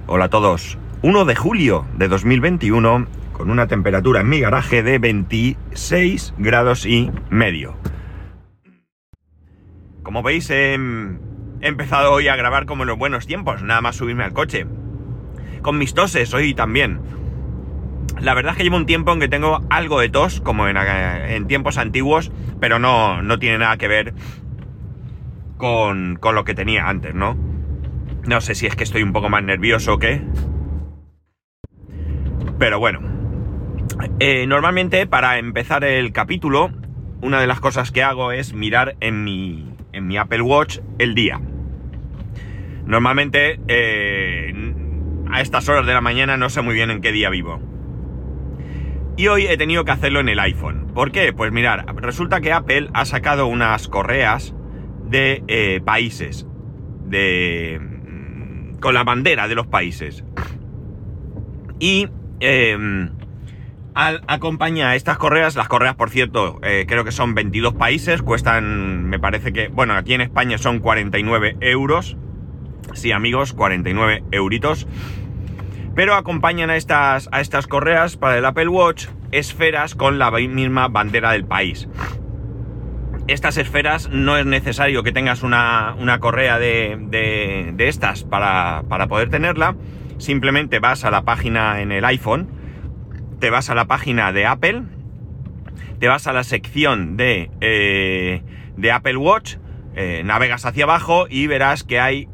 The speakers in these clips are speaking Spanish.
Hola a todos. 1 de julio de 2021 con una temperatura en mi garaje de 26 grados y medio. Como veis, he empezado hoy a grabar como en los buenos tiempos, nada más subirme al coche. Con mis toses hoy también. La verdad es que llevo un tiempo en que tengo algo de tos, como en tiempos antiguos, pero no tiene nada que ver con lo que tenía antes, ¿no? No sé si es que estoy un poco más nervioso o qué. Pero bueno. Normalmente para empezar el capítulo, una de las cosas que hago es mirar en mi Apple Watch el día. Normalmente a estas horas de la mañana no sé muy bien en qué día vivo. Y hoy he tenido que hacerlo en el iPhone. ¿Por qué? Pues mirar, resulta que Apple ha sacado unas correas de países, con la bandera de los países. Y acompaña a estas correas, las correas por cierto, creo que son 22 países, cuestan, me parece que, bueno, aquí en España son 49 euros. Sí, amigos, 49 euritos. Pero acompañan a estas correas para el Apple Watch esferas con la misma bandera del país. Estas esferas no es necesario que tengas una correa de estas para poder tenerla. Simplemente vas a la página en el iPhone, te vas a la página de Apple, te vas a la sección de Apple Watch, navegas hacia abajo y verás que hay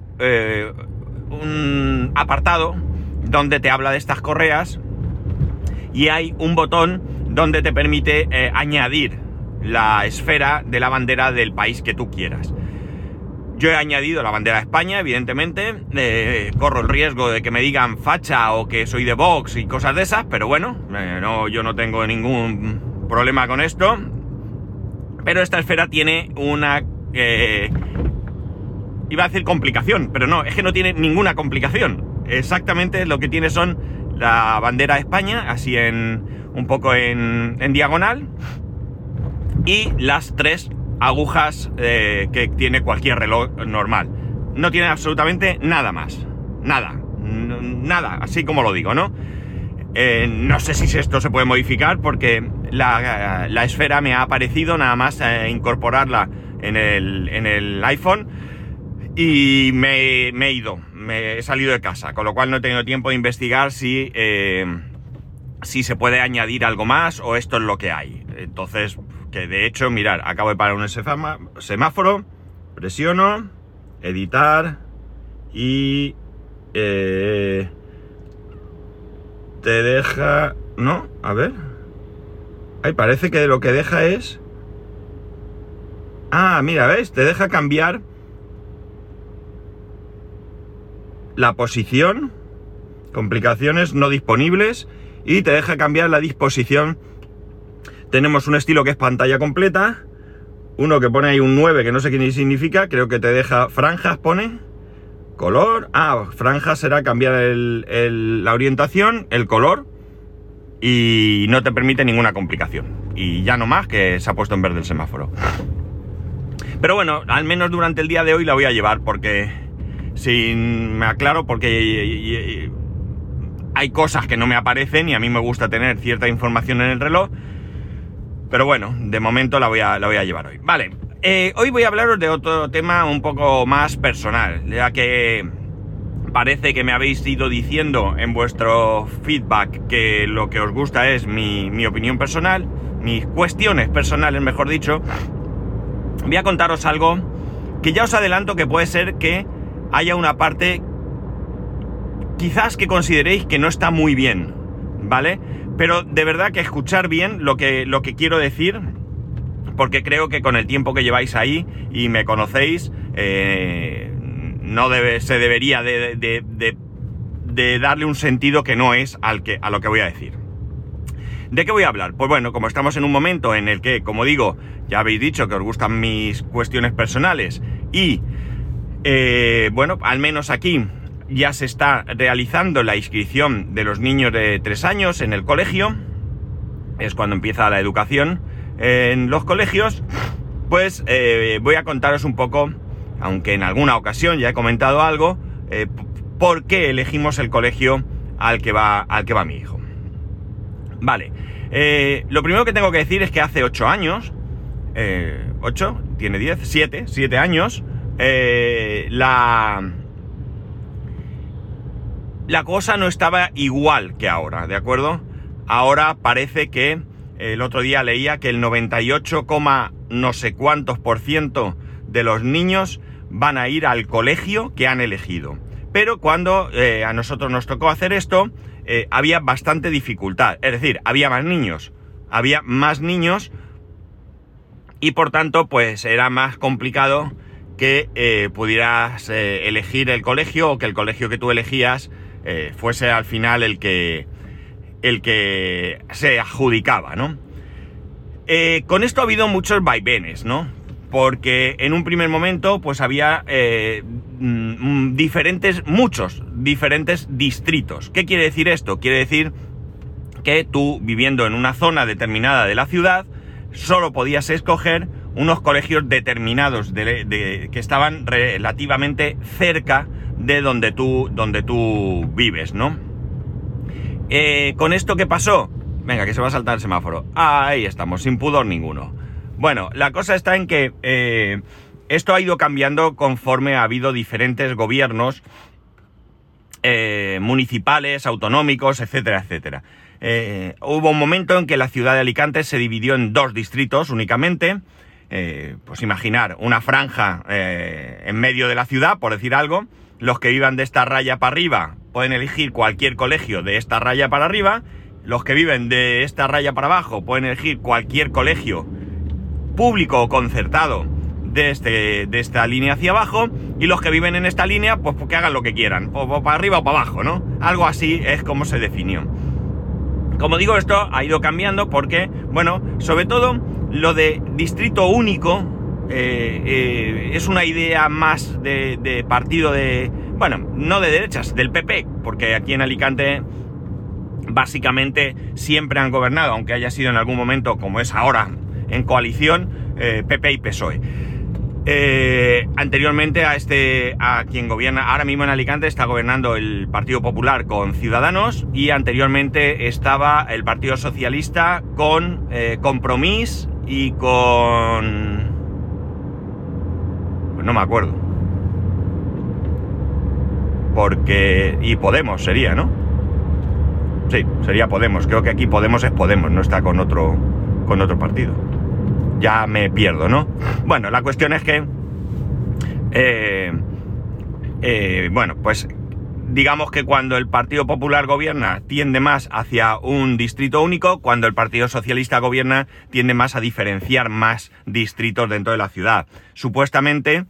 un apartado donde te habla de estas correas y hay un botón donde te permite añadir la esfera de la bandera del país que tú quieras. Yo he añadido la bandera de España, evidentemente. Corro el riesgo de que me digan facha o que soy de Vox y cosas de esas, pero bueno, yo no tengo ningún problema con esto. Pero esta esfera tiene una... iba a decir complicación, pero no, es que no tiene ninguna complicación. Exactamente lo que tiene son la bandera de España, así un poco en diagonal, y las tres agujas que tiene cualquier reloj normal. No tiene absolutamente nada más. Nada, así como lo digo, ¿no? No sé si esto se puede modificar porque la esfera me ha aparecido nada más incorporarla en el iPhone y me he ido, me he salido de casa, con lo cual no he tenido tiempo de investigar si se puede añadir algo más o esto es lo que hay. Entonces, que de hecho, mirad, acabo de parar un semáforo, presiono, editar y te deja... ¿No? A ver. Ahí parece que lo que deja es... Ah, mira, ¿ves? Te deja cambiar la posición, complicaciones no disponibles, y te deja cambiar la disposición. Tenemos un estilo que es pantalla completa, uno que pone ahí un 9 que no sé qué significa, creo que te deja franjas, pone color, franjas será cambiar la orientación, el color, y no te permite ninguna complicación, y ya no más, que se ha puesto en verde el semáforo. Pero bueno, al menos durante el día de hoy la voy a llevar, porque me aclaro, porque hay cosas que no me aparecen y a mí me gusta tener cierta información en el reloj. Pero bueno, de momento la voy a llevar hoy. Vale, hoy voy a hablaros de otro tema un poco más personal, ya que parece que me habéis ido diciendo en vuestro feedback que lo que os gusta es mi opinión personal, mis cuestiones personales, mejor dicho. Voy a contaros algo que ya os adelanto que puede ser que haya una parte quizás que consideréis que no está muy bien, ¿vale? Pero de verdad que escuchar bien lo que quiero decir, porque creo que con el tiempo que lleváis ahí y me conocéis, se debería de darle un sentido que no es a lo que voy a decir. ¿De qué voy a hablar? Pues bueno, como estamos en un momento en el que, como digo, ya habéis dicho que os gustan mis cuestiones personales y, bueno, al menos aquí ya se está realizando la inscripción de los niños de 3 años en el colegio, es cuando empieza la educación en los colegios, pues voy a contaros un poco, aunque en alguna ocasión ya he comentado algo, por qué elegimos el colegio al que va mi hijo. Vale, lo primero que tengo que decir es que hace 8 años, 8, tiene 10, 7 años, la cosa no estaba igual que ahora, ¿de acuerdo? Ahora parece que, el otro día leía que el 98, no sé cuántos % de los niños van a ir al colegio que han elegido. Pero cuando a nosotros nos tocó hacer esto, había bastante dificultad. Es decir, había más niños y por tanto pues era más complicado que pudieras elegir el colegio, o que el colegio que tú elegías fuese al final el que se adjudicaba, ¿no? Con esto ha habido muchos vaivenes, ¿no? Porque en un primer momento pues había muchos diferentes distritos. ¿Qué quiere decir esto? Quiere decir que tú, viviendo en una zona determinada de la ciudad, solo podías escoger unos colegios determinados que estaban relativamente cerca de donde tú vives, ¿no? ¿Con esto qué pasó? Venga, que se va a saltar el semáforo. Ahí estamos, sin pudor ninguno. Bueno, la cosa está en que esto ha ido cambiando conforme ha habido diferentes gobiernos municipales, autonómicos, etcétera, etcétera. Hubo un momento en que la ciudad de Alicante se dividió en 2 distritos únicamente. Pues imaginar una franja en medio de la ciudad, por decir algo. Los que vivan de esta raya para arriba pueden elegir cualquier colegio de esta raya para arriba. Los que viven de esta raya para abajo pueden elegir cualquier colegio público o concertado de esta línea hacia abajo. Y los que viven en esta línea, pues que hagan lo que quieran, o para arriba o para abajo, ¿no? Algo así es como se definió. Como digo, esto ha ido cambiando porque, bueno, sobre todo lo de distrito único es una idea más de partido bueno, no de derechas, del PP, porque aquí en Alicante básicamente siempre han gobernado, aunque haya sido en algún momento, como es ahora, en coalición, PP y PSOE. Anteriormente a quien gobierna ahora mismo en Alicante está gobernando el Partido Popular con Ciudadanos, y anteriormente estaba el Partido Socialista con Compromís y con... pues no me acuerdo. Y Podemos sería, ¿no? Sí, sería Podemos. Creo que aquí Podemos es Podemos, no está con otro partido. Ya me pierdo, ¿no? Bueno, la cuestión es que bueno, pues digamos que cuando el Partido Popular gobierna tiende más hacia un distrito único, cuando el Partido Socialista gobierna tiende más a diferenciar más distritos dentro de la ciudad. Supuestamente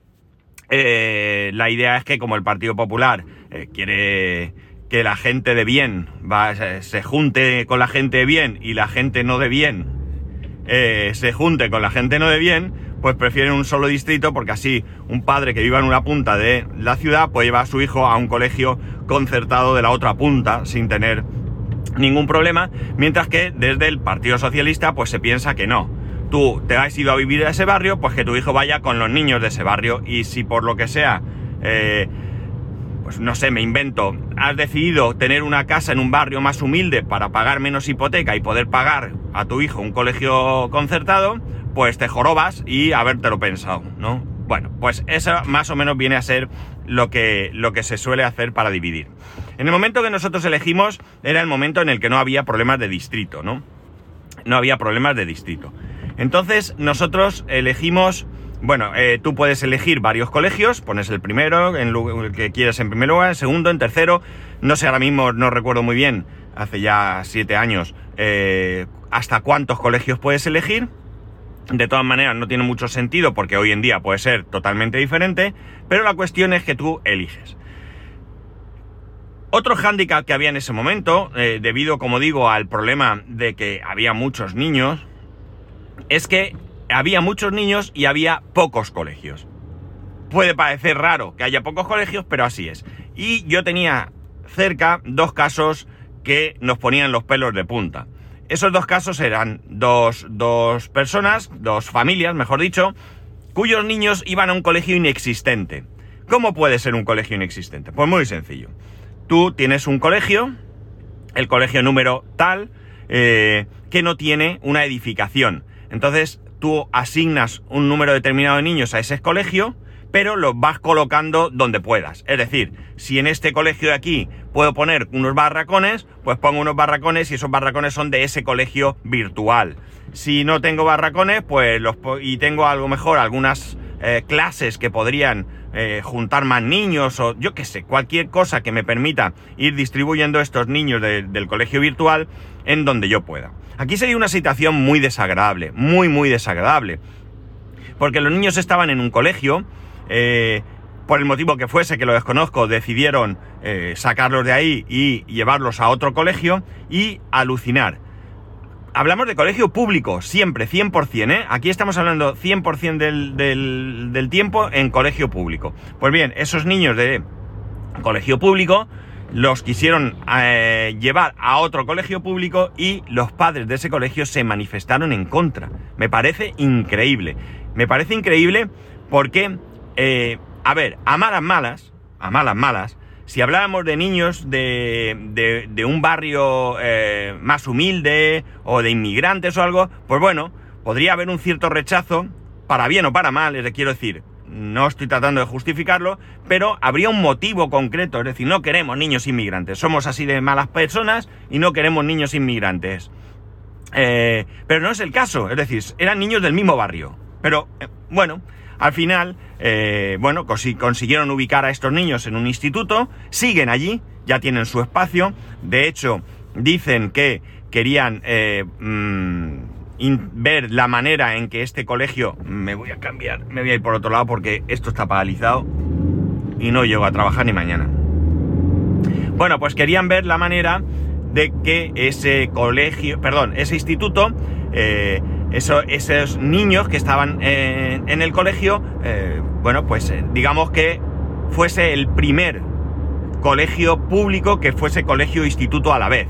la idea es que como el Partido Popular quiere que la gente de bien se junte con la gente de bien y la gente no de bien se junte con la gente no de bien, pues prefieren un solo distrito, porque así un padre que viva en una punta de la ciudad puede llevar a su hijo a un colegio concertado de la otra punta sin tener ningún problema, mientras que desde el Partido Socialista pues se piensa que no. Tú te has ido a vivir a ese barrio, pues que tu hijo vaya con los niños de ese barrio, y si por lo que sea, pues no sé, me invento, has decidido tener una casa en un barrio más humilde para pagar menos hipoteca y poder pagar a tu hijo un colegio concertado, pues te jorobas y habértelo pensado, ¿no? Bueno, pues eso más o menos viene a ser lo que se suele hacer para dividir. En el momento que nosotros elegimos era el momento en el que no había problemas de distrito, ¿no? No había problemas de distrito. Entonces nosotros elegimos, bueno, tú puedes elegir varios colegios, pones el primero, el que quieras en primer lugar, en segundo, en tercero, no sé, ahora mismo no recuerdo muy bien, hace ya 7 años, hasta cuántos colegios puedes elegir. De todas maneras no tiene mucho sentido porque hoy en día puede ser totalmente diferente, pero la cuestión es que tú eliges. Otro hándicap que había en ese momento, debido, como digo, al problema de que había muchos niños, es que había muchos niños y había pocos colegios. Puede parecer raro que haya pocos colegios, pero así es. Y yo tenía cerca 2 casos que nos ponían los pelos de punta. Esos 2 casos eran dos personas, 2 familias, mejor dicho, cuyos niños iban a un colegio inexistente. ¿Cómo puede ser un colegio inexistente? Pues muy sencillo. Tú tienes un colegio, el colegio número tal, que no tiene una edificación. Entonces tú asignas un número determinado de niños a ese colegio, pero los vas colocando donde puedas. Es decir, si en este colegio de aquí puedo poner unos barracones, pues pongo unos barracones y esos barracones son de ese colegio virtual. Si no tengo barracones, pues y tengo algo mejor, algunas clases que podrían juntar más niños o yo qué sé, cualquier cosa que me permita ir distribuyendo estos niños del colegio virtual en donde yo pueda. Aquí sería una situación muy desagradable, muy desagradable, porque los niños estaban en un colegio, por el motivo que fuese, que lo desconozco, decidieron sacarlos de ahí y llevarlos a otro colegio y alucinar. Hablamos de colegio público, siempre, 100%, ¿eh? Aquí estamos hablando 100% del tiempo en colegio público. Pues bien, esos niños de colegio público los quisieron llevar a otro colegio público y los padres de ese colegio se manifestaron en contra. Me parece increíble. Me parece increíble porque, a ver, a malas malas, si habláramos de niños de un barrio más humilde o de inmigrantes o algo, pues bueno, podría haber un cierto rechazo, para bien o para mal, quiero decir, no estoy tratando de justificarlo, pero habría un motivo concreto, es decir, no queremos niños inmigrantes, somos así de malas personas y no queremos niños inmigrantes. Pero no es el caso, es decir, eran niños del mismo barrio, pero bueno, al final, consiguieron ubicar a estos niños en un instituto, siguen allí, ya tienen su espacio, de hecho, dicen que querían ver la manera en que este colegio, me voy a ir por otro lado porque esto está paralizado y no llego a trabajar ni mañana. Bueno, pues querían ver la manera de que ese instituto, esos niños que estaban en el colegio, digamos que fuese el primer colegio público que fuese colegio instituto a la vez.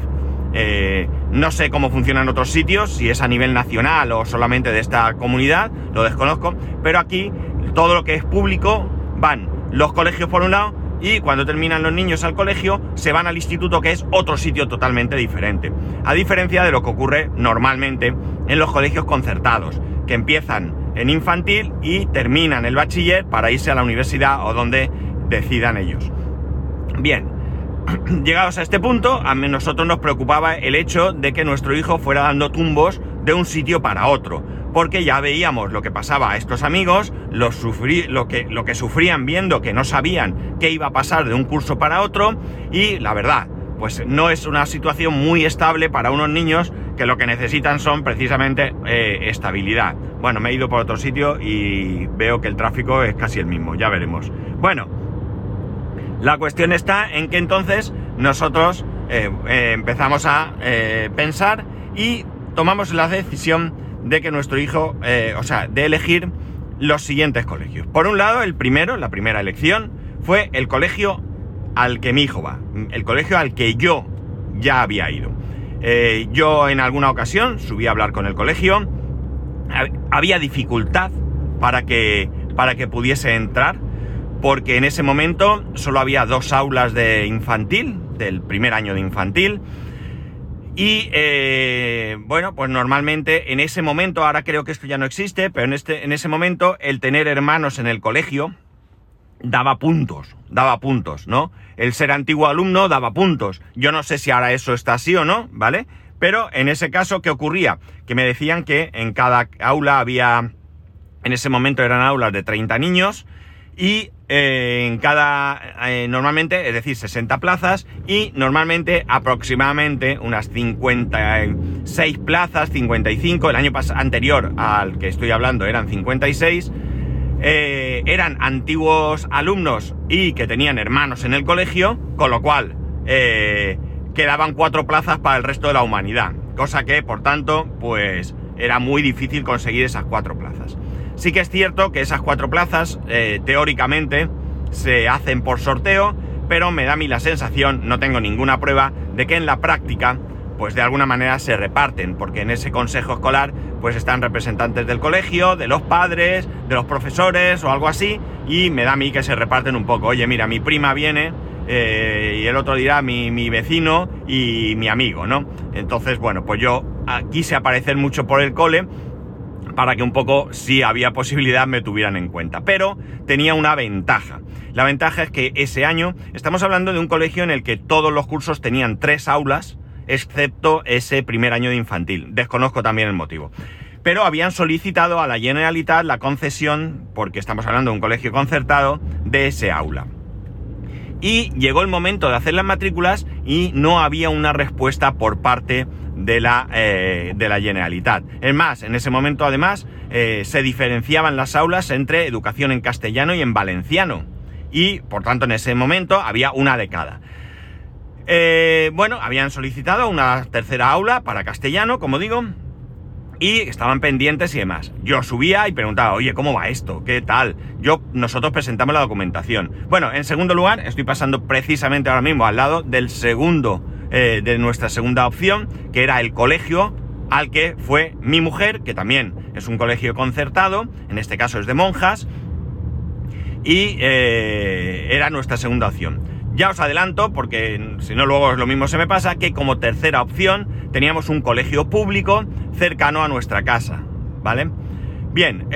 No sé cómo funciona en otros sitios, si es a nivel nacional o solamente de esta comunidad, lo desconozco, pero aquí todo lo que es público van los colegios por un lado y cuando terminan los niños al colegio se van al instituto, que es otro sitio totalmente diferente, a diferencia de lo que ocurre normalmente en los colegios concertados, que empiezan en infantil y terminan el bachiller para irse a la universidad o donde decidan ellos. Bien, llegados a este punto, a nosotros nos preocupaba el hecho de que nuestro hijo fuera dando tumbos de un sitio para otro, porque ya veíamos lo que pasaba a estos amigos, lo que sufrían viendo que no sabían qué iba a pasar de un curso para otro, y la verdad, pues no es una situación muy estable para unos niños que lo que necesitan son precisamente estabilidad. Bueno, me he ido por otro sitio y veo que el tráfico es casi el mismo, ya veremos. Bueno, la cuestión está en que entonces nosotros empezamos a pensar y tomamos la decisión de que nuestro hijo, de elegir los siguientes colegios. Por un lado, la primera elección fue el colegio al que mi hijo va, el colegio al que yo ya había ido. Yo en alguna ocasión subí a hablar con el colegio, había dificultad para que pudiese entrar, porque en ese momento solo había 2 aulas de infantil, del primer año de infantil, y pues normalmente en ese momento, ahora creo que esto ya no existe, pero en ese momento el tener hermanos en el colegio daba puntos, ¿no? El ser antiguo alumno daba puntos. Yo no sé si ahora eso está así o no, ¿vale? Pero en ese caso, ¿qué ocurría? Que me decían que en cada aula había, en ese momento eran aulas de 30 niños, y en cada, normalmente, es decir, 60 plazas, y normalmente aproximadamente unas 56 plazas, 55, el año anterior al que estoy hablando eran 56, eran antiguos alumnos y que tenían hermanos en el colegio, con lo cual quedaban 4 plazas para el resto de la humanidad, cosa que, por tanto, pues era muy difícil conseguir esas 4 plazas. Sí que es cierto que esas 4 plazas, teóricamente, se hacen por sorteo, pero me da a mí la sensación, no tengo ninguna prueba, de que en la práctica, pues de alguna manera se reparten, porque en ese consejo escolar pues están representantes del colegio, de los padres, de los profesores o algo así, y me da a mí que se reparten un poco. Oye, mira, mi prima viene, y el otro dirá mi vecino y mi amigo, ¿no? Entonces, bueno, pues yo quise aparecer mucho por el cole para que un poco, si había posibilidad, me tuvieran en cuenta. Pero tenía una ventaja. La ventaja es que ese año, estamos hablando de un colegio en el que todos los cursos tenían 3 aulas, excepto ese primer año de infantil. Desconozco también el motivo. Pero habían solicitado a la Generalitat la concesión, porque estamos hablando de un colegio concertado, de ese aula. Y llegó el momento de hacer las matrículas y no había una respuesta por parte de la Generalitat. Es más, en ese momento además se diferenciaban las aulas entre educación en castellano y en valenciano. Y por tanto en ese momento había una de cada. Bueno, habían solicitado una tercera aula para castellano, como digo, y estaban pendientes y demás. Yo subía y preguntaba, oye, ¿cómo va esto? ¿Qué tal? Nosotros presentamos la documentación. Bueno, en segundo lugar, estoy pasando precisamente ahora mismo al lado del segundo, de nuestra segunda opción, que era el colegio al que fue mi mujer, que también es un colegio concertado, en este caso es de monjas, y era nuestra segunda opción. Ya os adelanto, porque si no luego lo mismo se me pasa, que como tercera opción teníamos un colegio público cercano a nuestra casa, ¿vale? Bien,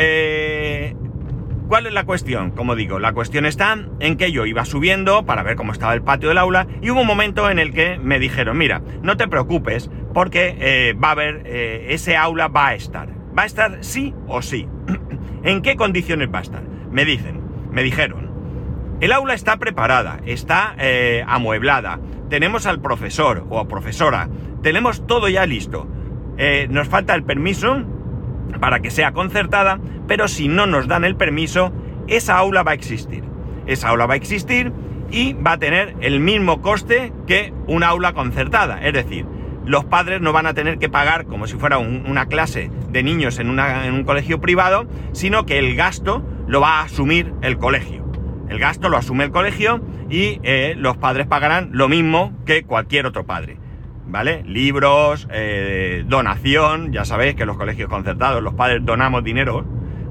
¿cuál es la cuestión? Como digo, la cuestión está en que yo iba subiendo para ver cómo estaba el patio del aula y hubo un momento en el que me dijeron, mira, no te preocupes porque va a haber, ese aula va a estar sí o sí. ¿En qué condiciones va a estar? Me dijeron, el aula está preparada, está amueblada, tenemos al profesor o profesora, tenemos todo ya listo. Nos falta el permiso para que sea concertada, pero si no nos dan el permiso, esa aula va a existir. Esa aula va a existir y va a tener el mismo coste que una aula concertada. Es decir, los padres no van a tener que pagar como si fuera una clase de niños en un colegio privado, sino que el gasto lo va a asumir el colegio. El gasto lo asume el colegio y los padres pagarán lo mismo que cualquier otro padre, ¿vale? Libros, donación, ya sabéis que en los colegios concertados los padres donamos dinero,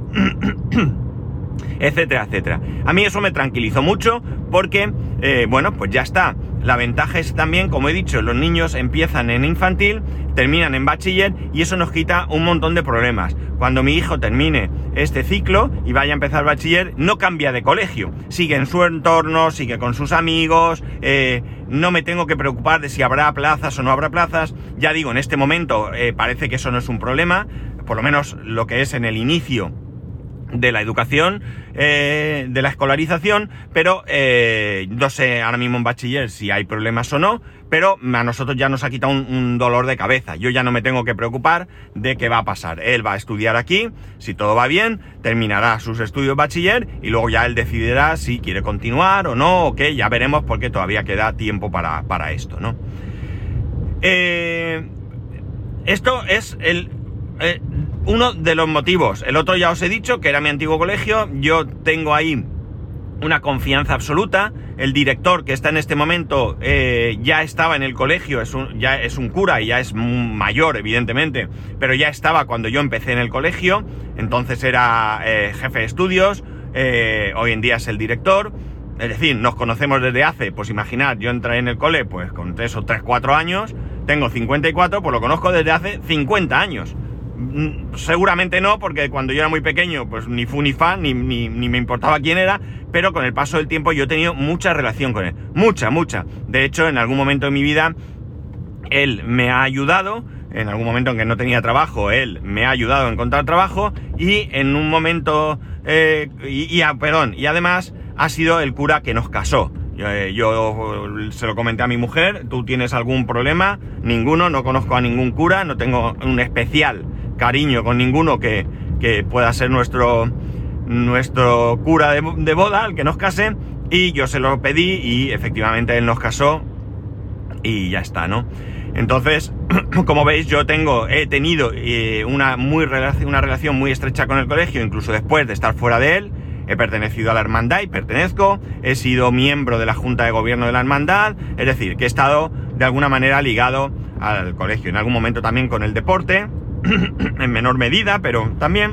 etcétera, etcétera. A mí eso me tranquilizó mucho porque, bueno, pues ya está. La ventaja es también, como he dicho, los niños empiezan en infantil, terminan en bachiller y eso nos quita un montón de problemas. Cuando mi hijo termine este ciclo y vaya a empezar bachiller, no cambia de colegio. Sigue en su entorno, sigue con sus amigos, no me tengo que preocupar de si habrá plazas o no habrá plazas. Ya digo, en este momento parece que eso no es un problema, por lo menos lo que es en el inicio de la educación, de la escolarización, pero no sé ahora mismo en bachiller si hay problemas o no, pero a nosotros ya nos ha quitado un dolor de cabeza. Yo ya no me tengo que preocupar de qué va a pasar. Él va a estudiar aquí, si todo va bien, terminará sus estudios bachiller y luego ya él decidirá si quiere continuar o no, o qué, ya veremos porque todavía queda tiempo para esto, ¿no? Esto es uno de los motivos. El otro ya os he dicho que era mi antiguo colegio. Yo tengo ahí una confianza absoluta. El director que está en este momento ya estaba en el colegio, ya es un cura y ya es mayor evidentemente, pero ya estaba cuando yo empecé en el colegio, entonces era jefe de estudios, hoy en día es el director. Es decir, nos conocemos desde hace, pues imaginad, yo entré en el cole pues con 4 años, tengo 54, pues lo conozco desde hace 50 años. Seguramente no, porque cuando yo era muy pequeño pues ni fu ni fa, ni me importaba quién era, pero con el paso del tiempo yo he tenido mucha relación con él, mucha. De hecho, en algún momento de mi vida él me ha ayudado, en algún momento en que no tenía trabajo, él me ha ayudado a encontrar trabajo y en un momento, y además ha sido el cura que nos casó. Yo se lo comenté a mi mujer, ¿tú tienes algún problema? Ninguno, no conozco a ningún cura, no tengo un especial cariño con ninguno que pueda ser nuestro cura de boda, el que nos case, y yo se lo pedí y efectivamente él nos casó y ya está, ¿no? Entonces, como veis, yo he tenido una relación muy estrecha con el colegio, incluso después de estar fuera de él. He pertenecido a la hermandad y pertenezco, he sido miembro de la Junta de Gobierno de la hermandad, es decir, que he estado de alguna manera ligado al colegio. En algún momento también con el deporte, en menor medida, pero también.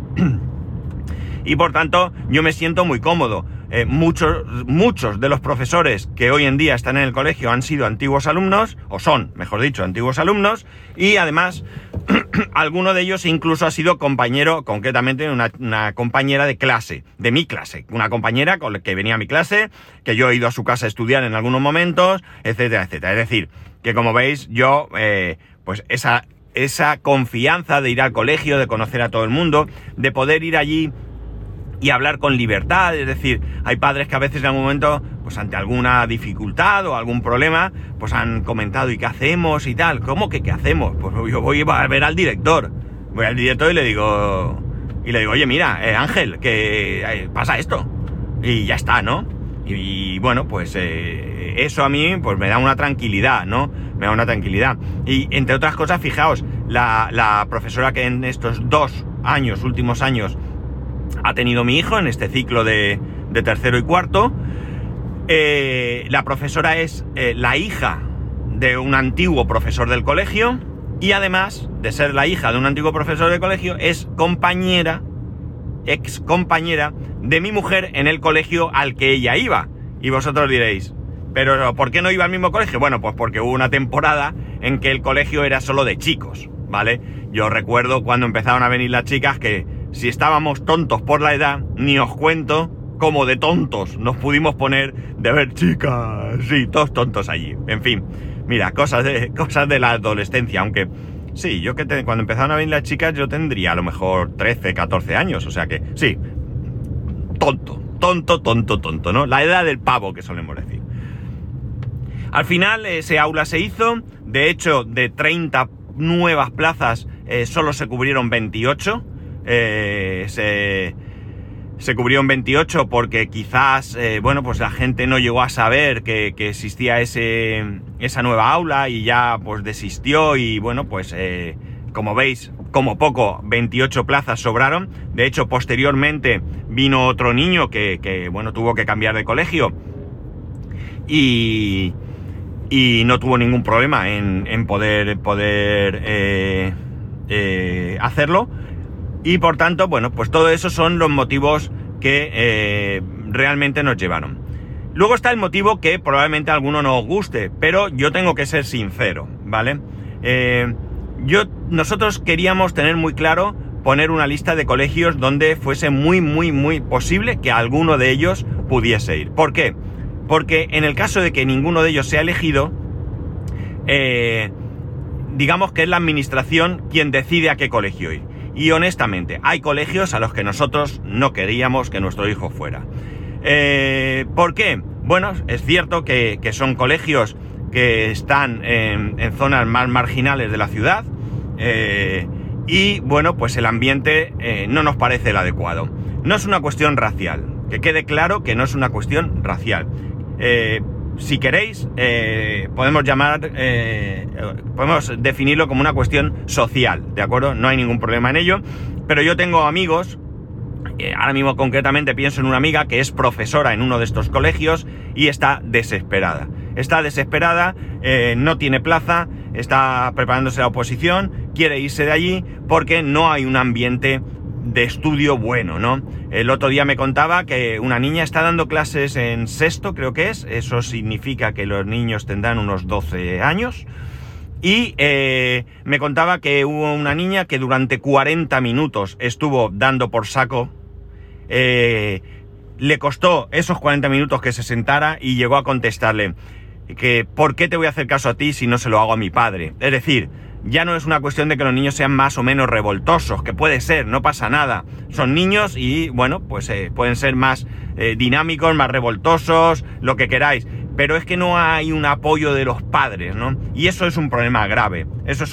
Y por tanto, yo me siento muy cómodo. Muchos de los profesores que hoy en día están en el colegio han sido antiguos alumnos, o son, mejor dicho, antiguos alumnos, y además alguno de ellos incluso ha sido compañero, concretamente una compañera de clase, de mi clase, una compañera con la que venía a mi clase, que yo he ido a su casa a estudiar en algunos momentos, etcétera, etcétera. Es decir, que como veis, yo, pues esa confianza de ir al colegio, de conocer a todo el mundo, de poder ir allí y hablar con libertad, es decir, hay padres que a veces en algún momento, pues ante alguna dificultad o algún problema, pues han comentado, ¿y qué hacemos y tal? ¿Cómo que qué hacemos? Pues yo voy a ver al director, voy al director y le digo, oye, mira, Ángel, que pasa esto, y ya está, ¿no? Y bueno, pues eso a mí pues me da una tranquilidad, ¿no? Me da una tranquilidad. Y entre otras cosas, fijaos, la profesora que en estos últimos años, ha tenido mi hijo en este ciclo de tercero y cuarto. La profesora es la hija de un antiguo profesor del colegio y además de ser la hija de un antiguo profesor del colegio, es ex compañera de mi mujer en el colegio al que ella iba. Y vosotros diréis, ¿pero por qué no iba al mismo colegio? Bueno, pues porque hubo una temporada en que el colegio era solo de chicos, ¿vale? Yo recuerdo cuando empezaron a venir las chicas que si estábamos tontos por la edad, ni os cuento cómo de tontos nos pudimos poner de ver chicas, sí, todos tontos allí. En fin, mira, cosas de la adolescencia, aunque sí, cuando empezaron a venir las chicas yo tendría a lo mejor 13, 14 años, o sea que sí, tonto, ¿no? La edad del pavo que solemos decir. Al final ese aula se hizo, de hecho de 30 nuevas plazas solo se cubrieron 28, se cubrieron 28 porque quizás, bueno, pues la gente no llegó a saber que existía esa nueva aula y ya pues desistió y bueno, pues como veis, como poco, 28 plazas sobraron. De hecho, posteriormente vino otro niño que bueno, tuvo que cambiar de colegio y no tuvo ningún problema en poder hacerlo. Y por tanto, bueno, pues todo eso son los motivos que realmente nos llevaron. Luego está el motivo que probablemente a alguno no os guste, pero yo tengo que ser sincero, ¿vale? Nosotros queríamos tener muy claro poner una lista de colegios donde fuese muy posible que alguno de ellos pudiese ir. ¿Por qué? Porque en el caso de que ninguno de ellos sea elegido, digamos que es la administración quien decide a qué colegio ir. Y honestamente, hay colegios a los que nosotros no queríamos que nuestro hijo fuera. ¿Por qué? Bueno, es cierto que son colegios que están en zonas más marginales de la ciudad y bueno, pues el ambiente no nos parece el adecuado. No es una cuestión racial, que quede claro que no es una cuestión racial. Si queréis, podemos definirlo como una cuestión social, ¿de acuerdo? No hay ningún problema en ello, pero yo tengo amigos, ahora mismo concretamente pienso en una amiga que es profesora en uno de estos colegios y está desesperada. No tiene plaza, está preparándose la oposición, quiere irse de allí porque no hay un ambiente de estudio bueno, ¿no? El otro día me contaba que una niña está dando clases en sexto, creo que es, eso significa que los niños tendrán unos 12 años, y me contaba que hubo una niña que durante 40 minutos estuvo dando por saco, le costó esos 40 minutos que se sentara y llegó a contestarle que ¿por qué te voy a hacer caso a ti si no se lo hago a mi padre? Es decir, ya no es una cuestión de que los niños sean más o menos revoltosos, que puede ser, no pasa nada. Son niños y, bueno, pues pueden ser más dinámicos, más revoltosos, lo que queráis. Pero es que no hay un apoyo de los padres, ¿no? Y eso es un problema grave,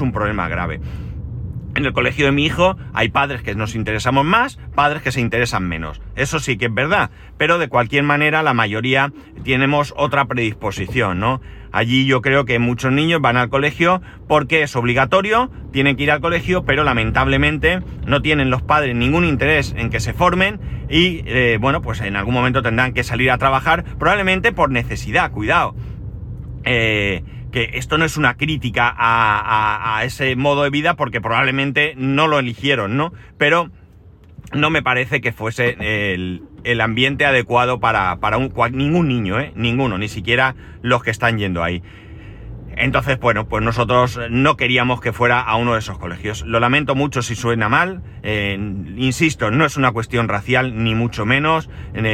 En el colegio de mi hijo hay padres que nos interesamos más, padres que se interesan menos. Eso sí que es verdad, pero de cualquier manera la mayoría tenemos otra predisposición, ¿no? Allí yo creo que muchos niños van al colegio porque es obligatorio, tienen que ir al colegio, pero lamentablemente no tienen los padres ningún interés en que se formen y, bueno, pues en algún momento tendrán que salir a trabajar, probablemente por necesidad, cuidado. que esto no es una crítica a ese modo de vida, porque probablemente no lo eligieron, ¿no? Pero no me parece que fuese el ambiente adecuado para ningún niño, ninguno, ni siquiera los que están yendo ahí. Entonces, bueno, pues nosotros no queríamos que fuera a uno de esos colegios. Lo lamento mucho si suena mal, insisto, no es una cuestión racial ni mucho menos,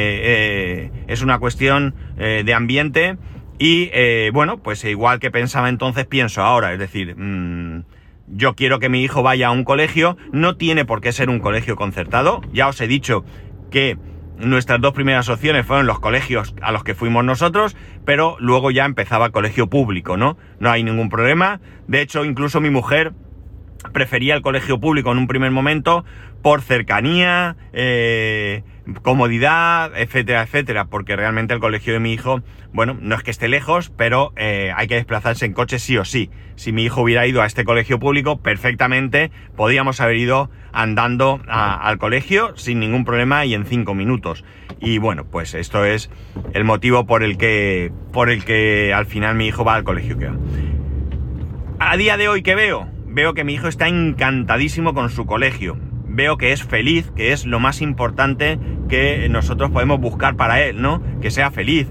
es una cuestión de ambiente y, bueno, pues igual que pensaba entonces pienso ahora, es decir, yo quiero que mi hijo vaya a un colegio, no tiene por qué ser un colegio concertado, ya os he dicho que nuestras dos primeras opciones fueron los colegios a los que fuimos nosotros, pero luego ya empezaba el colegio público, ¿no? No hay ningún problema. De hecho, incluso mi mujer prefería el colegio público en un primer momento por cercanía, comodidad, etcétera, etcétera, porque realmente el colegio de mi hijo, bueno, no es que esté lejos, pero hay que desplazarse en coche sí o sí. Si mi hijo hubiera ido a este colegio público, perfectamente podíamos haber ido andando al colegio sin ningún problema y en 5 minutos. Y bueno, pues esto es el motivo por el que al final mi hijo va al colegio que va. A día de hoy, ¿qué veo? Veo que mi hijo está encantadísimo con su colegio. Veo que es feliz, que es lo más importante que nosotros podemos buscar para él, ¿no? Que sea feliz.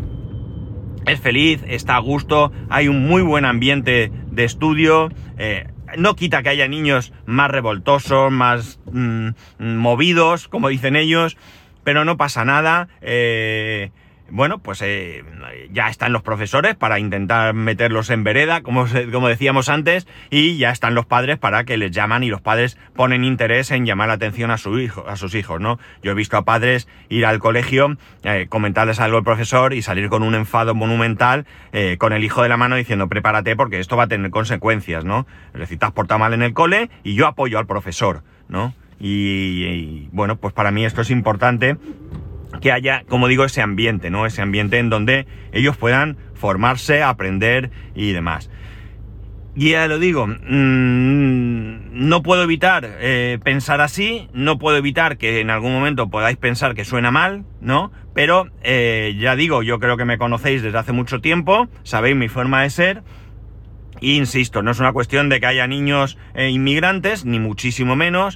Es feliz, está a gusto, hay un muy buen ambiente de estudio. No quita que haya niños más revoltosos, más movidos, como dicen ellos, pero no pasa nada. Bueno, pues ya están los profesores para intentar meterlos en vereda, como decíamos antes, y ya están los padres para que les llaman y los padres ponen interés en llamar la atención a sus hijos, ¿no? Yo he visto a padres ir al colegio, comentarles algo al profesor y salir con un enfado monumental, con el hijo de la mano diciendo prepárate porque esto va a tener consecuencias, ¿no? Es decir, te has portado mal en el cole y yo apoyo al profesor, ¿no? Y bueno, pues para mí esto es importante, que haya, como digo, ese ambiente, ¿no? Ese ambiente en donde ellos puedan formarse, aprender y demás. Y ya lo digo, no puedo evitar pensar así, no puedo evitar que en algún momento podáis pensar que suena mal, ¿no? Pero ya digo, yo creo que me conocéis desde hace mucho tiempo, sabéis mi forma de ser. E insisto, no es una cuestión de que haya niños inmigrantes, ni muchísimo menos,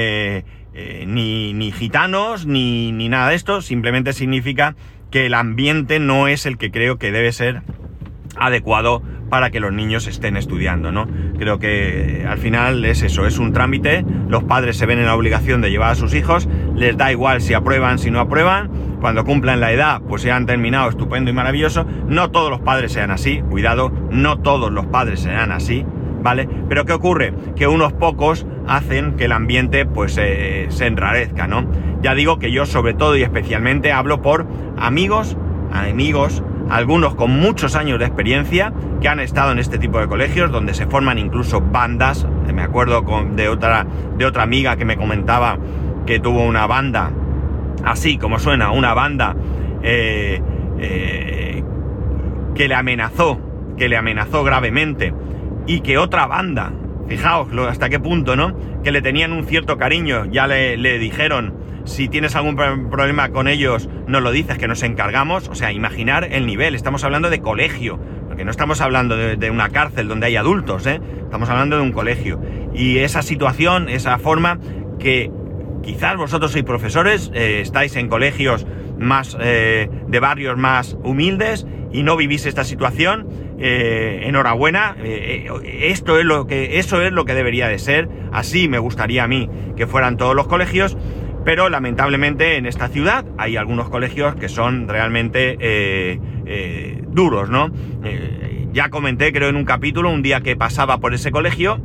ni gitanos, ni nada de esto. Simplemente significa que el ambiente no es el que creo que debe ser adecuado para que los niños estén estudiando, ¿no? Creo que al final es eso, es un trámite, los padres se ven en la obligación de llevar a sus hijos, les da igual si aprueban, si no aprueban, cuando cumplan la edad, pues ya han terminado, estupendo y maravilloso. No todos los padres sean así, cuidado, no todos los padres serán así, ¿vale? Pero ¿qué ocurre? Que unos pocos hacen que el ambiente pues se enrarezca, ¿no? Ya digo que yo sobre todo y especialmente hablo por amigos, algunos con muchos años de experiencia que han estado en este tipo de colegios donde se forman incluso bandas. Me acuerdo de otra amiga que me comentaba que tuvo una banda, así como suena, una banda que le amenazó gravemente, y que otra banda, fijaos hasta qué punto, ¿no? Que le tenían un cierto cariño, ya le dijeron: si tienes algún problema con ellos, nos lo dices, que nos encargamos. O sea, imaginar el nivel. Estamos hablando de colegio, porque no estamos hablando de una cárcel donde hay adultos, ¿eh? Estamos hablando de un colegio. Y esa situación, esa forma, que quizás vosotros sois profesores, estáis en colegios más de barrios más humildes y no vivís esta situación, enhorabuena. Eso es lo que debería de ser. Así me gustaría a mí que fueran todos los colegios. Pero lamentablemente en esta ciudad hay algunos colegios que son realmente duros, ¿no? Ya comenté, creo, en un capítulo, un día que pasaba por ese colegio,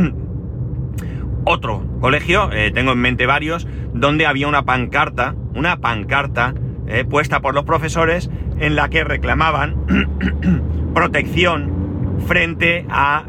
otro colegio, tengo en mente varios, donde había una pancarta puesta por los profesores en la que reclamaban protección frente a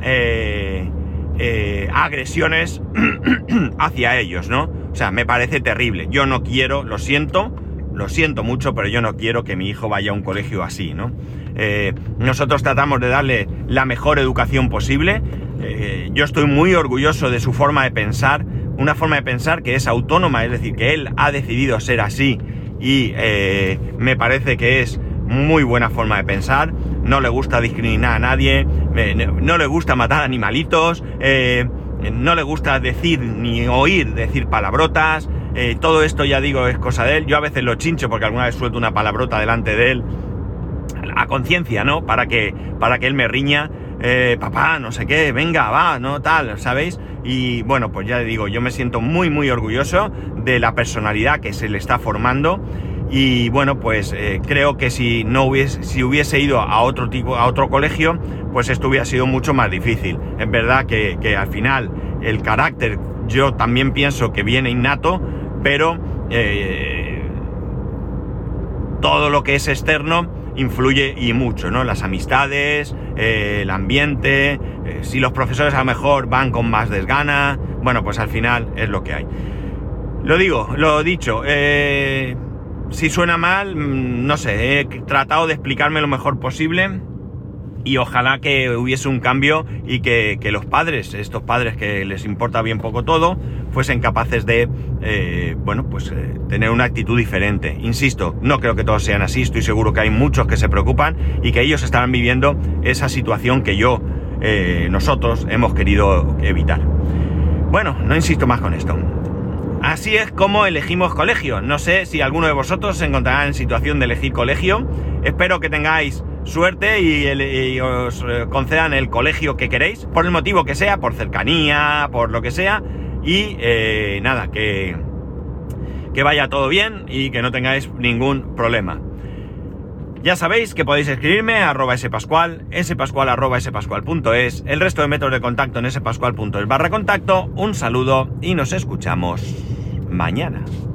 agresiones hacia ellos, ¿no? O sea, me parece terrible. Yo no quiero, lo siento mucho, pero yo no quiero que mi hijo vaya a un colegio así, ¿no? Nosotros tratamos de darle la mejor educación posible. Yo estoy muy orgulloso de su forma de pensar, una forma de pensar que es autónoma, es decir, que él ha decidido ser así y me parece que es muy buena forma de pensar. no le gusta discriminar a nadie, no le gusta matar animalitos, no le gusta decir ni oír decir palabrotas. Todo esto, ya digo, es cosa de él. Yo a veces lo chincho porque alguna vez suelto una palabrota delante de él, a conciencia, ¿no? Para que él me riña. Papá, no sé qué, venga, va, no tal, ¿sabéis? Y bueno, pues ya digo, yo me siento muy, muy orgulloso de la personalidad que se le está formando. Y bueno, pues creo que si hubiese ido a otro colegio, pues esto hubiera sido mucho más difícil. Es verdad que al final el carácter, yo también pienso que viene innato, pero todo lo que es externo influye y mucho, ¿no? Las amistades, el ambiente, si los profesores a lo mejor van con más desgana, bueno, pues al final es lo que hay. Lo dicho, si suena mal, no sé, he tratado de explicarme lo mejor posible y ojalá que hubiese un cambio y que los padres, estos padres que les importa bien poco todo, fuesen capaces de, tener una actitud diferente. Insisto, no creo que todos sean así, estoy seguro que hay muchos que se preocupan y que ellos estarán viviendo esa situación que nosotros hemos querido evitar. Bueno, no insisto más con esto. Así es como elegimos colegio. No sé si alguno de vosotros se encontrará en situación de elegir colegio. Espero que tengáis suerte y os concedan el colegio que queréis, por el motivo que sea, por cercanía, por lo que sea. Y nada, que vaya todo bien y que no tengáis ningún problema. Ya sabéis que podéis escribirme a @spascual, spascual@spascual.es, el resto de métodos de contacto en spascual.es/contacto. Un saludo y nos escuchamos mañana.